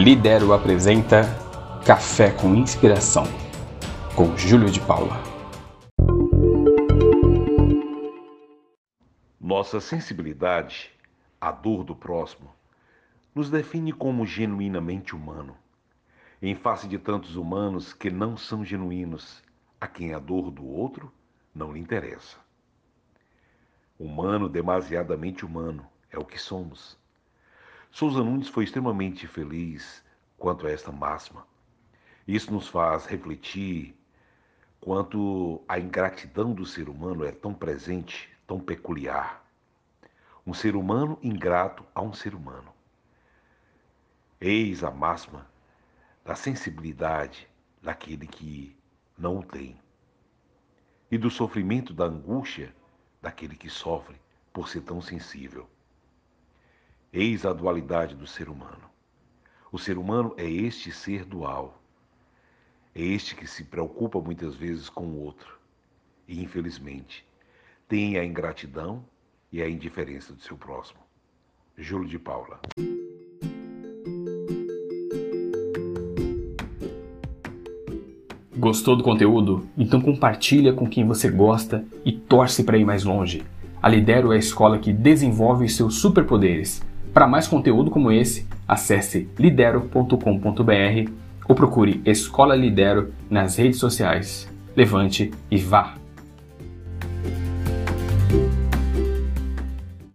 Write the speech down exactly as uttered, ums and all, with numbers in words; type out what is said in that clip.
Lidero apresenta Café com Inspiração, com Júlio de Paula. Nossa sensibilidade à dor do próximo nos define como genuinamente humano, em face de tantos humanos que não são genuínos, a quem a dor do outro não lhe interessa. Humano, demasiadamente humano, é o que somos. Souza Nunes foi extremamente feliz quanto a esta máxima. Isso nos faz refletir quanto a ingratidão do ser humano é tão presente, tão peculiar. Um ser humano ingrato a um ser humano. Eis a máxima da sensibilidade daquele que não o tem, e do sofrimento, da angústia daquele que sofre por ser tão sensível. Eis a dualidade do ser humano. O ser humano é este ser dual. É este que se preocupa muitas vezes com o outro e, infelizmente, tem a ingratidão e a indiferença do seu próximo. Júlio de Paula. Gostou do conteúdo? Então compartilha com quem você gosta e torce para ir mais longe. A Lidero é a escola que desenvolve os seus superpoderes. Para mais conteúdo como esse, acesse lidero ponto com ponto br ou procure Escola Lidero nas redes sociais. Levante e vá!